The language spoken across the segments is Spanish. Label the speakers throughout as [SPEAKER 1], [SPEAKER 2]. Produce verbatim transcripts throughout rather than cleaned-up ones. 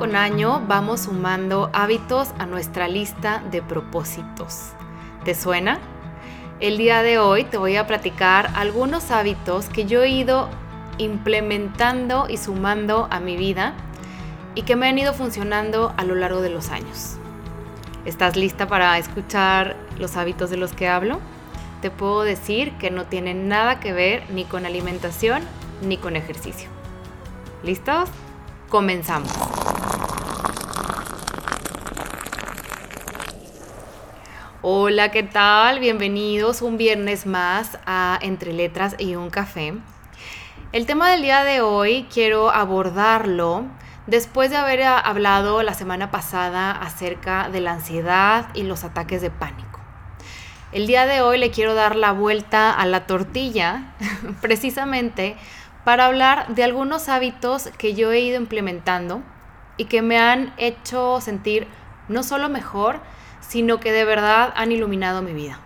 [SPEAKER 1] con año vamos sumando hábitos a nuestra lista de propósitos. ¿Te suena? El día de hoy te voy a platicar algunos hábitos que yo he ido implementando y sumando a mi vida y que me han ido funcionando a lo largo de los años. ¿Estás lista para escuchar los hábitos de los que hablo? Te puedo decir que no tienen nada que ver ni con alimentación ni con ejercicio. ¿Listos? Comenzamos. Hola, ¿qué tal? Bienvenidos un viernes más a Entre Letras y un Café. El tema del día de hoy quiero abordarlo después de haber hablado la semana pasada acerca de la ansiedad y los ataques de pánico. El día de hoy le quiero dar la vuelta a la tortilla, precisamente para hablar de algunos hábitos que yo he ido implementando y que me han hecho sentir no solo mejor, sino que de verdad han iluminado mi vida.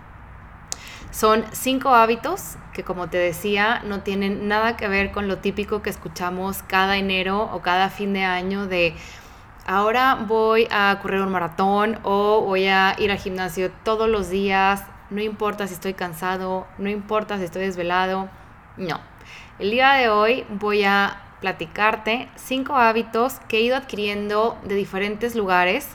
[SPEAKER 1] Son cinco hábitos que, como te decía, no tienen nada que ver con lo típico que escuchamos cada enero o cada fin de año de ahora voy a correr un maratón o voy a ir al gimnasio todos los días, no importa si estoy cansado, no importa si estoy desvelado, no. El día de hoy voy a platicarte cinco hábitos que he ido adquiriendo de diferentes lugares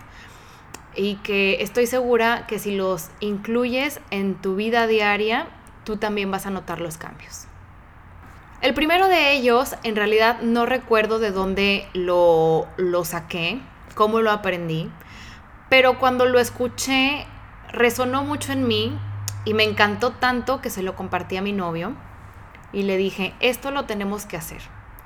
[SPEAKER 1] y que estoy segura que si los incluyes en tu vida diaria, tú también vas a notar los cambios. El primero de ellos, en realidad no recuerdo de dónde lo, lo saqué, cómo lo aprendí, pero cuando lo escuché resonó mucho en mí y me encantó tanto que se lo compartí a mi novio y le dije, esto lo tenemos que hacer.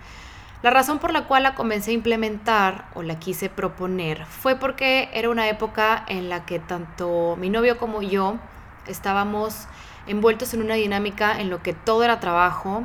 [SPEAKER 1] La razón por la cual la comencé a implementar o la quise proponer fue porque era una época en la que tanto mi novio como yo estábamos envueltos en una dinámica en lo que todo era trabajo,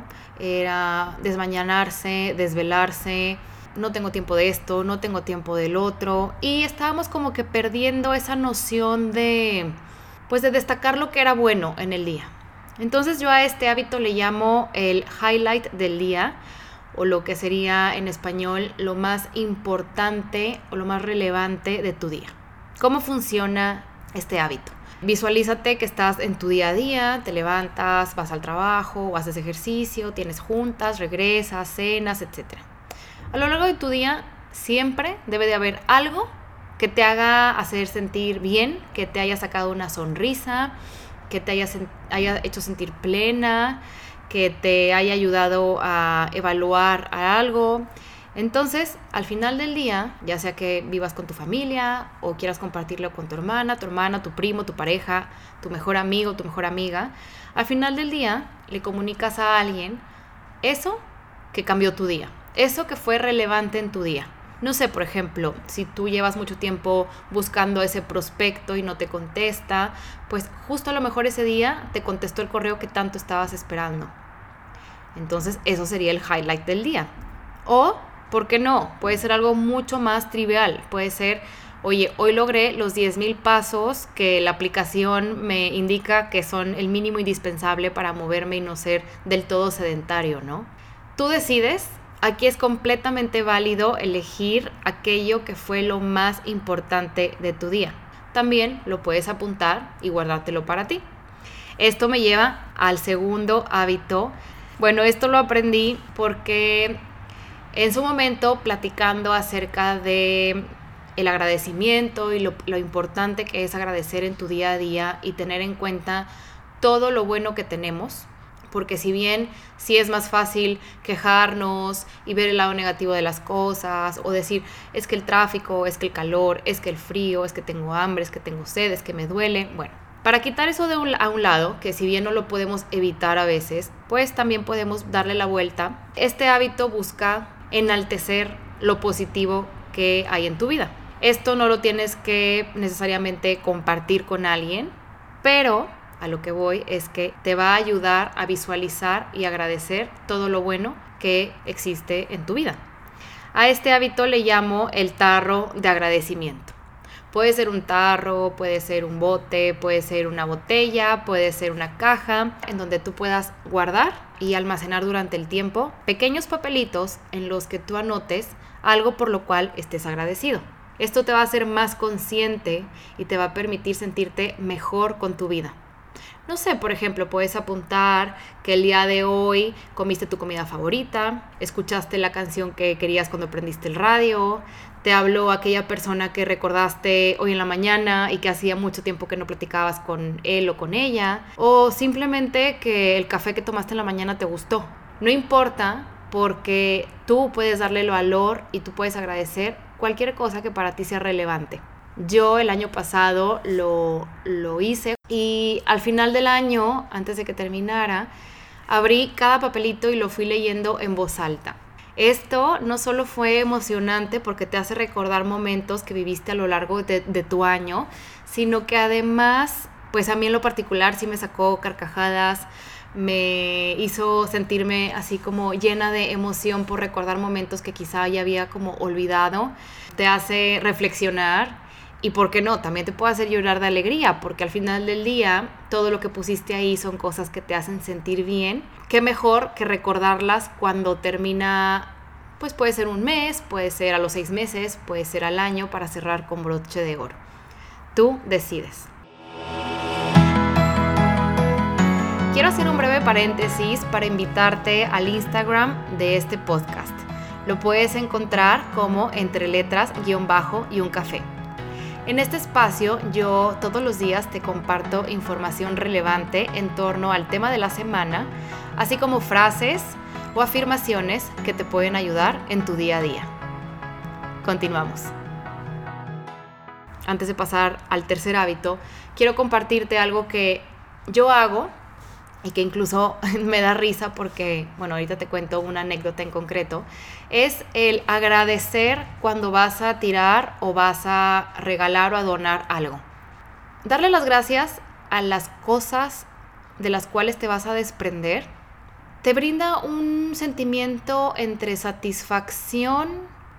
[SPEAKER 1] era desmañanarse, desvelarse, no tengo tiempo de esto, no tengo tiempo del otro, y estábamos como que perdiendo esa noción de, pues de destacar lo que era bueno en el día. Entonces yo a este hábito le llamo el highlight del día, o lo que sería en español lo más importante o lo más relevante de tu día. ¿Cómo funciona este hábito? Visualízate que estás en tu día a día, te levantas, vas al trabajo o haces ejercicio, tienes juntas, regresas, cenas, etcétera. A lo largo de tu día siempre debe de haber algo que te haga hacer sentir bien, que te haya sacado una sonrisa, que te haya, haya hecho sentir plena, que te haya ayudado a evaluar algo. Entonces, al final del día, ya sea que vivas con tu familia o quieras compartirlo con tu hermana, tu hermana, tu primo, tu pareja, tu mejor amigo, tu mejor amiga, al final del día le comunicas a alguien eso que cambió tu día, eso que fue relevante en tu día. No sé, por ejemplo, si tú llevas mucho tiempo buscando ese prospecto y no te contesta, pues justo a lo mejor ese día te contestó el correo que tanto estabas esperando. Entonces, eso sería el highlight del día. O, ¿por qué no? Puede ser algo mucho más trivial. Puede ser, oye, hoy logré los diez mil pasos que la aplicación me indica que son el mínimo indispensable para moverme y no ser del todo sedentario, ¿no? Tú decides. Aquí es completamente válido elegir aquello que fue lo más importante de tu día. También lo puedes apuntar y guardártelo para ti. Esto me lleva al segundo hábito. Bueno, esto lo aprendí porque en su momento, platicando acerca de el agradecimiento y lo, lo importante que es agradecer en tu día a día y tener en cuenta todo lo bueno que tenemos, porque si bien sí es más fácil quejarnos y ver el lado negativo de las cosas o decir es que el tráfico, es que el calor, es que el frío, es que tengo hambre, es que tengo sed, es que me duele, bueno, para quitar eso de un, a un lado, que si bien no lo podemos evitar a veces, pues también podemos darle la vuelta. Este hábito busca enaltecer lo positivo que hay en tu vida. Esto no lo tienes que necesariamente compartir con alguien, pero a lo que voy es que te va a ayudar a visualizar y agradecer todo lo bueno que existe en tu vida. A este hábito le llamo el tarro de agradecimiento. Puede ser un tarro, puede ser un bote, puede ser una botella, puede ser una caja en donde tú puedas guardar y almacenar durante el tiempo pequeños papelitos en los que tú anotes algo por lo cual estés agradecido. Esto te va a hacer más consciente y te va a permitir sentirte mejor con tu vida. No sé, por ejemplo, puedes apuntar que el día de hoy comiste tu comida favorita, escuchaste la canción que querías cuando prendiste el radio, te habló aquella persona que recordaste hoy en la mañana y que hacía mucho tiempo que no platicabas con él o con ella, o simplemente que el café que tomaste en la mañana te gustó. No importa, porque tú puedes darle el valor y tú puedes agradecer cualquier cosa que para ti sea relevante. Yo el año pasado lo, lo hice y al final del año, antes de que terminara, abrí cada papelito y lo fui leyendo en voz alta. Esto no solo fue emocionante porque te hace recordar momentos que viviste a lo largo de, de tu año, sino que además, pues a mí en lo particular sí me sacó carcajadas, me hizo sentirme así como llena de emoción por recordar momentos que quizá ya había como olvidado. Te hace reflexionar. Y por qué no, también te puede hacer llorar de alegría, porque al final del día todo lo que pusiste ahí son cosas que te hacen sentir bien. Qué mejor que recordarlas cuando termina, pues puede ser un mes, puede ser a los seis meses, puede ser al año, para cerrar con broche de oro. Tú decides. Quiero hacer un breve paréntesis para invitarte al Instagram de este podcast. Lo puedes encontrar como entre letras guión bajo y un café. En este espacio yo todos los días te comparto información relevante en torno al tema de la semana, así como frases o afirmaciones que te pueden ayudar en tu día a día. Continuamos. Antes de pasar al tercer hábito, quiero compartirte algo que yo hago y que incluso me da risa porque, bueno, ahorita te cuento una anécdota en concreto, es el agradecer cuando vas a tirar o vas a regalar o a donar algo. Darle las gracias a las cosas de las cuales te vas a desprender te brinda un sentimiento entre satisfacción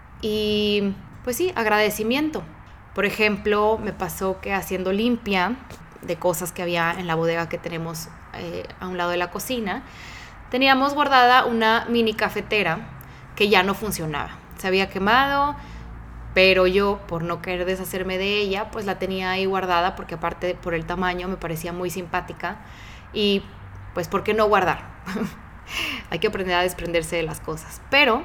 [SPEAKER 1] y, pues sí, agradecimiento. Por ejemplo, me pasó que haciendo limpia de cosas que había en la bodega que tenemos eh, a un lado de la cocina, teníamos guardada una mini cafetera que ya no funcionaba. Se había quemado, pero yo, por no querer deshacerme de ella, pues la tenía ahí guardada porque aparte por el tamaño me parecía muy simpática y pues ¿por qué no guardar? Hay que aprender a desprenderse de las cosas. Pero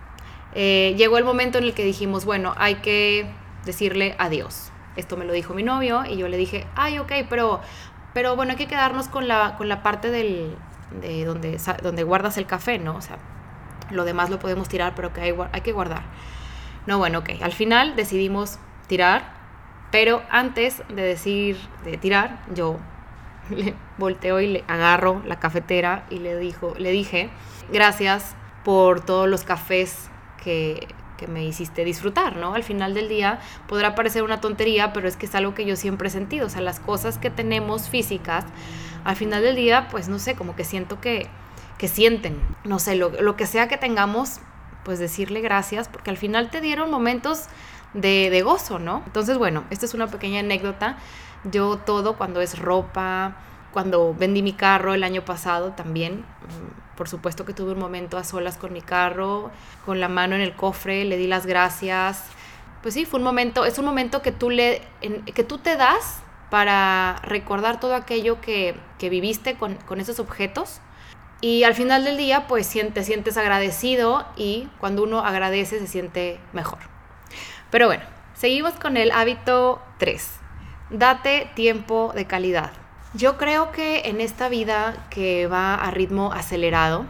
[SPEAKER 1] eh, llegó el momento en el que dijimos, bueno, hay que decirle adiós. Esto me lo dijo mi novio y yo le dije, ay, ok, pero, pero bueno, hay que quedarnos con la, con la parte del, de donde, donde guardas el café, ¿no? O sea, lo demás lo podemos tirar, pero que hay, hay que guardar. No, bueno, ok. Al final decidimos tirar, pero antes de decir de tirar, yo le volteo y le agarro la cafetera y le, dijo, le dije, gracias por todos los cafés que... que me hiciste disfrutar, ¿no? Al final del día podrá parecer una tontería, pero es que es algo que yo siempre he sentido. O sea, las cosas que tenemos físicas, al final del día, pues no sé, como que siento que, que sienten. No sé, lo, lo que sea que tengamos, pues decirle gracias, porque al final te dieron momentos de, de gozo, ¿no? Entonces, bueno, esta es una pequeña anécdota. Yo todo, cuando es ropa, cuando vendí mi carro el año pasado también, por supuesto que tuve un momento a solas con mi carro, con la mano en el cofre, le di las gracias. Pues sí, fue un momento, es un momento que tú, le, en, que tú te das para recordar todo aquello que, que viviste con, con esos objetos. Y al final del día, pues te sientes agradecido y cuando uno agradece se siente mejor. Pero bueno, seguimos con el hábito tres. Date tiempo de calidad. Yo creo que en esta vida que va a ritmo acelerado,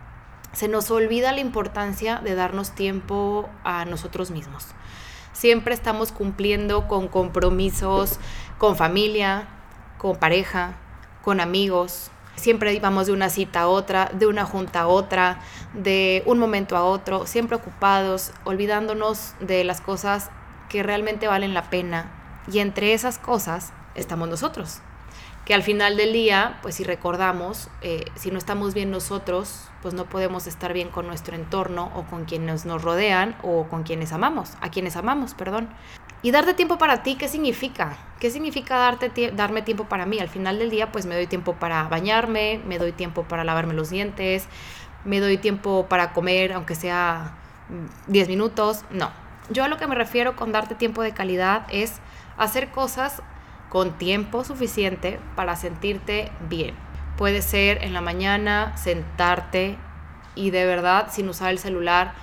[SPEAKER 1] se nos olvida la importancia de darnos tiempo a nosotros mismos. Siempre estamos cumpliendo con compromisos con familia, con pareja, con amigos. Siempre vamos de una cita a otra, de una junta a otra, de un momento a otro, siempre ocupados, olvidándonos de las cosas que realmente valen la pena. Y entre esas cosas estamos nosotros. Que al final del día, pues si recordamos, eh, si no estamos bien nosotros, pues no podemos estar bien con nuestro entorno o con quienes nos rodean o con quienes amamos, a quienes amamos, perdón. Y darte tiempo para ti, ¿qué significa? ¿Qué significa darte tie- darme tiempo para mí? Al final del día, pues me doy tiempo para bañarme, me doy tiempo para lavarme los dientes, me doy tiempo para comer, aunque sea diez minutos. No. Yo a lo que me refiero con darte tiempo de calidad es hacer cosas con tiempo suficiente para sentirte bien. Puede ser en la mañana, sentarte y de verdad, sin usar el celular,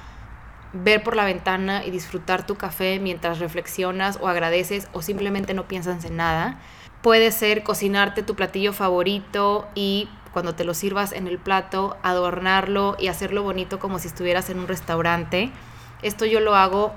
[SPEAKER 1] ver por la ventana y disfrutar tu café mientras reflexionas o agradeces o simplemente no piensas en nada. Puede ser cocinarte tu platillo favorito y cuando te lo sirvas en el plato, adornarlo y hacerlo bonito como si estuvieras en un restaurante. Esto yo lo hago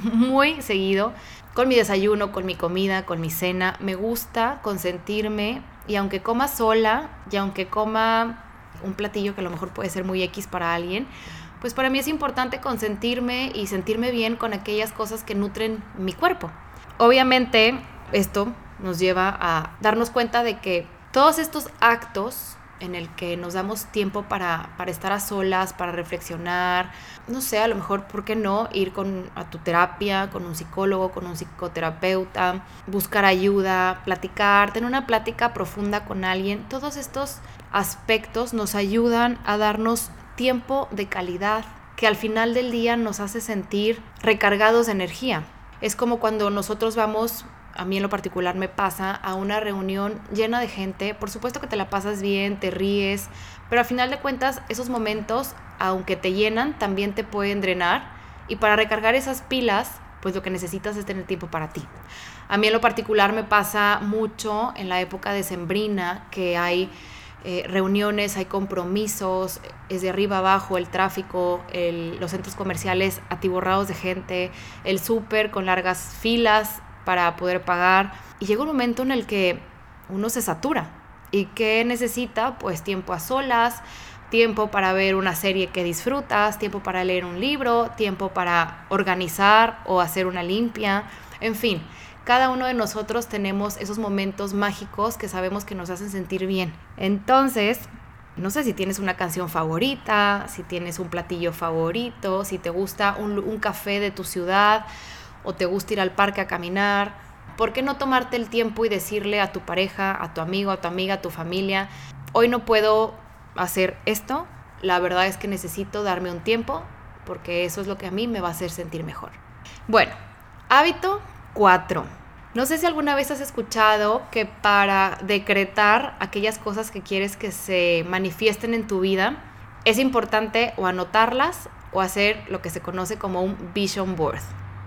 [SPEAKER 1] muy seguido con mi desayuno, con mi comida, con mi cena. Me gusta consentirme y aunque coma sola y aunque coma un platillo que a lo mejor puede ser muy X para alguien, pues para mí es importante consentirme y sentirme bien con aquellas cosas que nutren mi cuerpo. Obviamente, esto nos lleva a darnos cuenta de que todos estos actos en el que nos damos tiempo para, para estar a solas, para reflexionar, no sé, a lo mejor, ¿por qué no? Ir con, a tu terapia, con un psicólogo, con un psicoterapeuta, buscar ayuda, platicar, tener una plática profunda con alguien. Todos estos aspectos nos ayudan a darnos tiempo de calidad que al final del día nos hace sentir recargados de energía. Es como cuando nosotros vamos, a mí en lo particular me pasa, a una reunión llena de gente. Por supuesto que te la pasas bien, te ríes, pero al final de cuentas esos momentos, aunque te llenan, también te pueden drenar y para recargar esas pilas, pues lo que necesitas es tener tiempo para ti. A mí en lo particular me pasa mucho en la época decembrina que hay Eh, reuniones, hay compromisos, es de arriba abajo, el tráfico, el, los centros comerciales atiborrados de gente, el súper con largas filas para poder pagar. Y llega un momento en el que uno se satura. ¿Y qué necesita? Pues tiempo a solas, tiempo para ver una serie que disfrutas, tiempo para leer un libro, tiempo para organizar o hacer una limpia, en fin. Cada uno de nosotros tenemos esos momentos mágicos que sabemos que nos hacen sentir bien. Entonces, no sé si tienes una canción favorita, si tienes un platillo favorito, si te gusta un, un café de tu ciudad o te gusta ir al parque a caminar. ¿Por qué no tomarte el tiempo y decirle a tu pareja, a tu amigo, a tu amiga, a tu familia, hoy no puedo hacer esto, la verdad es que necesito darme un tiempo porque eso es lo que a mí me va a hacer sentir mejor? Bueno, hábito cuatro. No sé si alguna vez has escuchado que para decretar aquellas cosas que quieres que se manifiesten en tu vida, es importante o anotarlas o hacer lo que se conoce como un vision board.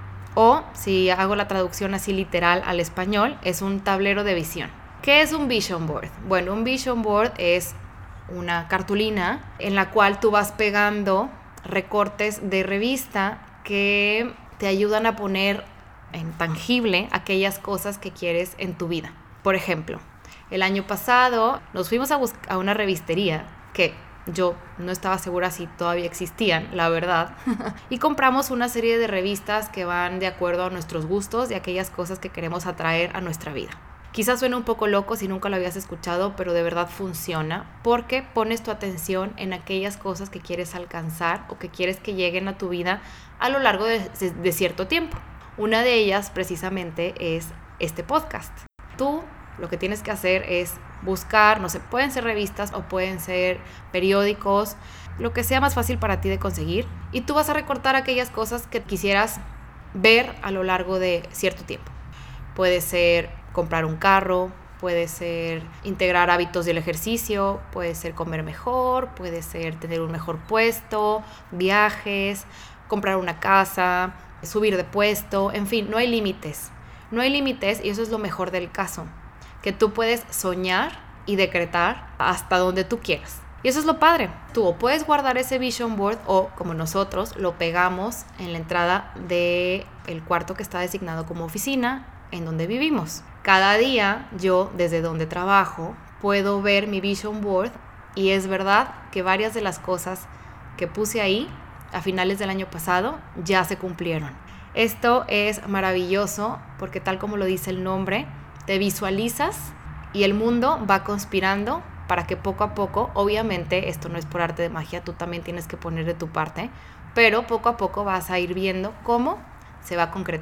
[SPEAKER 1] O, si hago la traducción así literal al español, es un tablero de visión. ¿Qué es un vision board? Bueno, un vision board es una cartulina en la cual tú vas pegando recortes de revista que te ayudan a poner en tangible aquellas cosas que quieres en tu vida. Por ejemplo, el año pasado nos fuimos a, bus- a una revistería que yo no estaba segura si todavía existían, la verdad, y compramos una serie de revistas que van de acuerdo a nuestros gustos y aquellas cosas que queremos atraer a nuestra vida. Quizás suene un poco loco si nunca lo habías escuchado, pero de verdad funciona porque pones tu atención en aquellas cosas que quieres alcanzar o que quieres que lleguen a tu vida a lo largo de, de cierto tiempo. Una de ellas precisamente es este podcast. Tú lo que tienes que hacer es buscar, no sé, pueden ser revistas o pueden ser periódicos, lo que sea más fácil para ti de conseguir, y tú vas a recortar aquellas cosas que quisieras ver a lo largo de cierto tiempo. Puede ser comprar un carro, puede ser integrar hábitos del ejercicio, puede ser comer mejor, puede ser tener un mejor puesto, viajes, comprar una casa, subir de puesto, en fin, no hay límites. No hay límites y eso es lo mejor del caso, que tú puedes soñar y decretar hasta donde tú quieras. Y eso es lo padre. Tú o puedes guardar ese vision board o, como nosotros, lo pegamos en la entrada del cuarto que está designado como oficina en donde vivimos. Cada día yo, desde donde trabajo, puedo ver mi vision board y es verdad que varias de las cosas que puse ahí a finales del año pasado ya se cumplieron. Esto es maravilloso porque tal como lo dice el nombre, te visualizas y el mundo va conspirando para que poco a poco, obviamente esto no es por arte de magia, tú también tienes que poner de tu parte, pero poco a poco vas a ir viendo cómo se va concretando.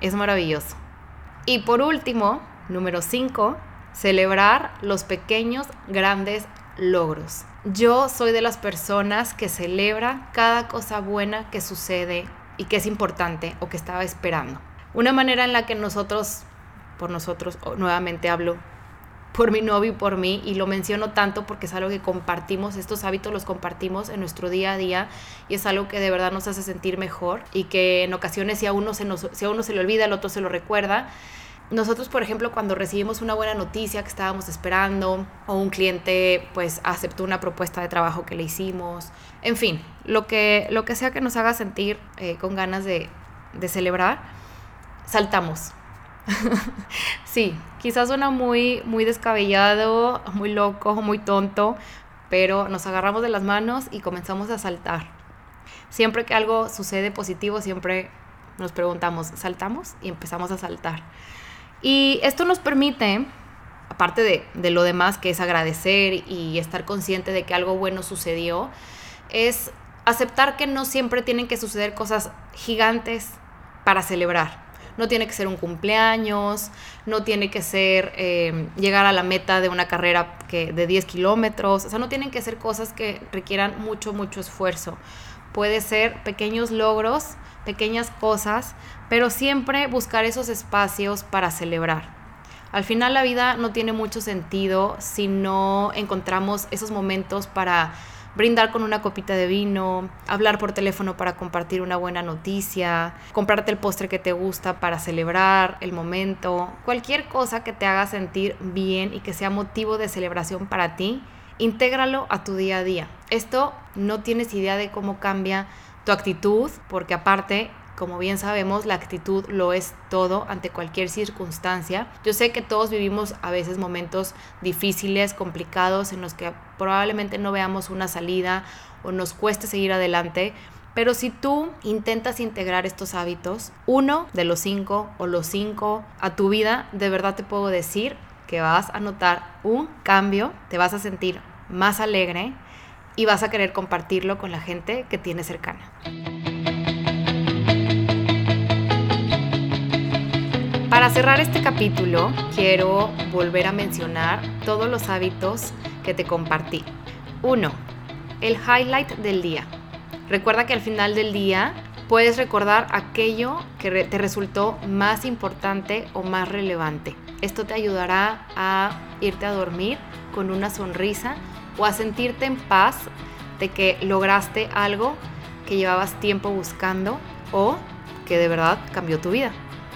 [SPEAKER 1] es maravilloso. Y por último, número cinco, celebrar los pequeños, grandes logros. Yo soy de las personas que celebra cada cosa buena que sucede y que es importante o que estaba esperando. Una manera en la que nosotros, por nosotros, nuevamente hablo por mi novio y por mí, y lo menciono tanto porque es algo que compartimos, estos hábitos los compartimos en nuestro día a día y es algo que de verdad nos hace sentir mejor y que en ocasiones si a uno se, nos, si a uno se le olvida, el otro se lo recuerda. Nosotros, por ejemplo, cuando recibimos una buena noticia que estábamos esperando o un cliente pues aceptó una propuesta de trabajo que le hicimos, en fin, lo que, lo que sea que nos haga sentir eh, con ganas de, de celebrar, saltamos. Sí, quizás suena muy, muy descabellado, muy loco, muy tonto, pero nos agarramos de las manos y comenzamos a saltar. Siempre que algo sucede positivo, siempre nos preguntamos, ¿saltamos? Y empezamos a saltar. Y esto nos permite, aparte de, de lo demás que es agradecer y estar consciente de que algo bueno sucedió, es aceptar que no siempre tienen que suceder cosas gigantes para celebrar. No tiene que ser un cumpleaños, no tiene que ser eh, llegar a la meta de una carrera que, de diez kilómetros, o sea, no tienen que ser cosas que requieran mucho, mucho esfuerzo. Puede ser pequeños logros, pequeñas cosas, pero siempre buscar esos espacios para celebrar. Al final la vida no tiene mucho sentido si no encontramos esos momentos para brindar con una copita de vino, hablar por teléfono para compartir una buena noticia, comprarte el postre que te gusta para celebrar el momento, cualquier cosa que te haga sentir bien y que sea motivo de celebración para ti, intégralo a tu día a día. Esto no tienes idea de cómo cambia tu actitud, porque aparte, como bien sabemos, la actitud lo es todo ante cualquier circunstancia. Yo sé que todos vivimos a veces momentos difíciles, complicados, en los que probablemente no veamos una salida o nos cueste seguir adelante, pero si tú intentas integrar estos hábitos, uno de los cinco o los cinco a tu vida, de verdad te puedo decir que vas a notar un cambio, te vas a sentir más alegre y vas a querer compartirlo con la gente que tienes cercana. Para cerrar este capítulo, quiero volver a mencionar todos los hábitos que te compartí. Uno, el highlight del día. Recuerda que al final del día puedes recordar aquello que te resultó más importante o más relevante. Esto te ayudará a irte a dormir con una sonrisa o a sentirte en paz de que lograste algo que llevabas tiempo buscando o que de verdad cambió tu vida.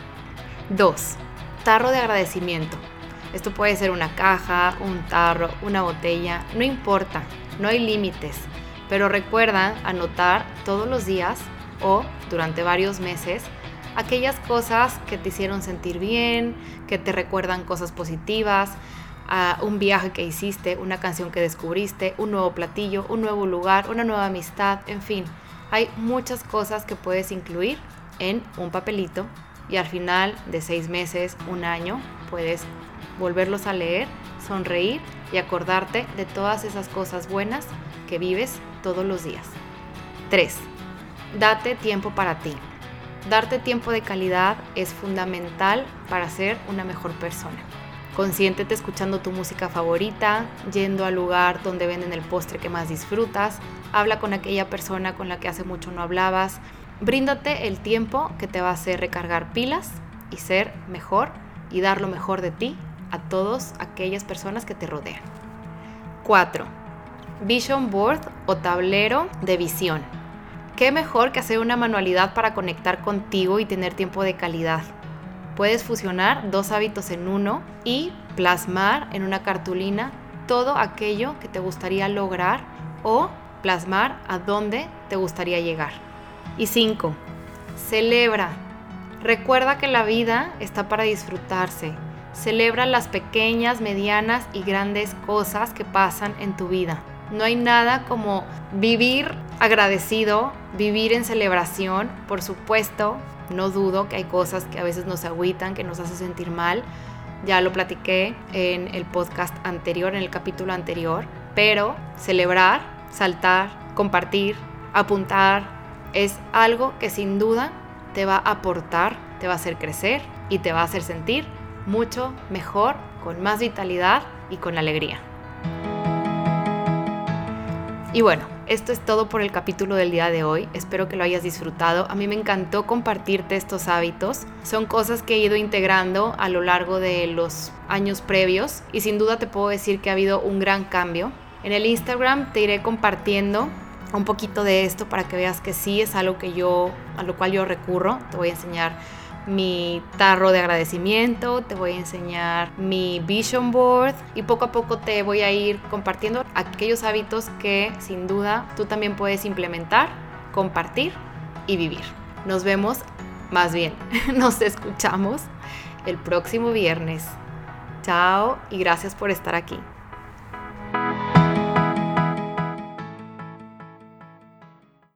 [SPEAKER 1] Dos, tarro de agradecimiento. Esto puede ser una caja, un tarro, una botella, no importa, no hay límites, pero recuerda anotar todos los días o durante varios meses aquellas cosas que te hicieron sentir bien, que te recuerdan cosas positivas, uh, un viaje que hiciste, una canción que descubriste, un nuevo platillo, un nuevo lugar, una nueva amistad, en fin, hay muchas cosas que puedes incluir en un papelito. Y al final de seis meses, un año, puedes volverlos a leer, sonreír y acordarte de todas esas cosas buenas que vives todos los días. Tres, date tiempo para ti. Darte tiempo de calidad es fundamental para ser una mejor persona. Consiéntete escuchando tu música favorita, yendo al lugar donde venden el postre que más disfrutas, habla con aquella persona con la que hace mucho no hablabas. Bríndate el tiempo que te va a hacer recargar pilas y ser mejor y dar lo mejor de ti a todas aquellas personas que te rodean. Cuatro, Vision Board o tablero de visión. ¿Qué mejor que hacer una manualidad para conectar contigo y tener tiempo de calidad? Puedes fusionar dos hábitos en uno y plasmar en una cartulina todo aquello que te gustaría lograr o plasmar a dónde te gustaría llegar. Y cinco, celebra. Recuerda que la vida está para disfrutarse. Celebra las pequeñas, medianas y grandes cosas que pasan en tu vida. No hay nada como vivir agradecido, vivir en celebración. Por supuesto, no dudo que hay cosas que a veces nos agüitan, que nos hacen sentir mal. Ya lo platiqué en el podcast anterior, en el capítulo anterior. Pero celebrar, saltar, compartir, apuntar, es algo que sin duda te va a aportar te va a hacer crecer y te va a hacer sentir mucho mejor, con más vitalidad y con alegría. Y bueno, esto es todo por el capítulo del día de hoy. Espero que lo hayas disfrutado. A mí me encantó compartirte estos hábitos. Son cosas que he ido integrando a lo largo de los años previos y sin duda te puedo decir que ha habido un gran cambio. En el Instagram te iré compartiendo un poquito de esto para que veas que sí es algo que yo, a lo cual yo recurro. Te voy a enseñar mi tarro de agradecimiento, te voy a enseñar mi vision board y poco a poco te voy a ir compartiendo aquellos hábitos que sin duda tú también puedes implementar, compartir y vivir. Nos vemos, más bien, nos escuchamos el próximo viernes. Chao y gracias por estar aquí.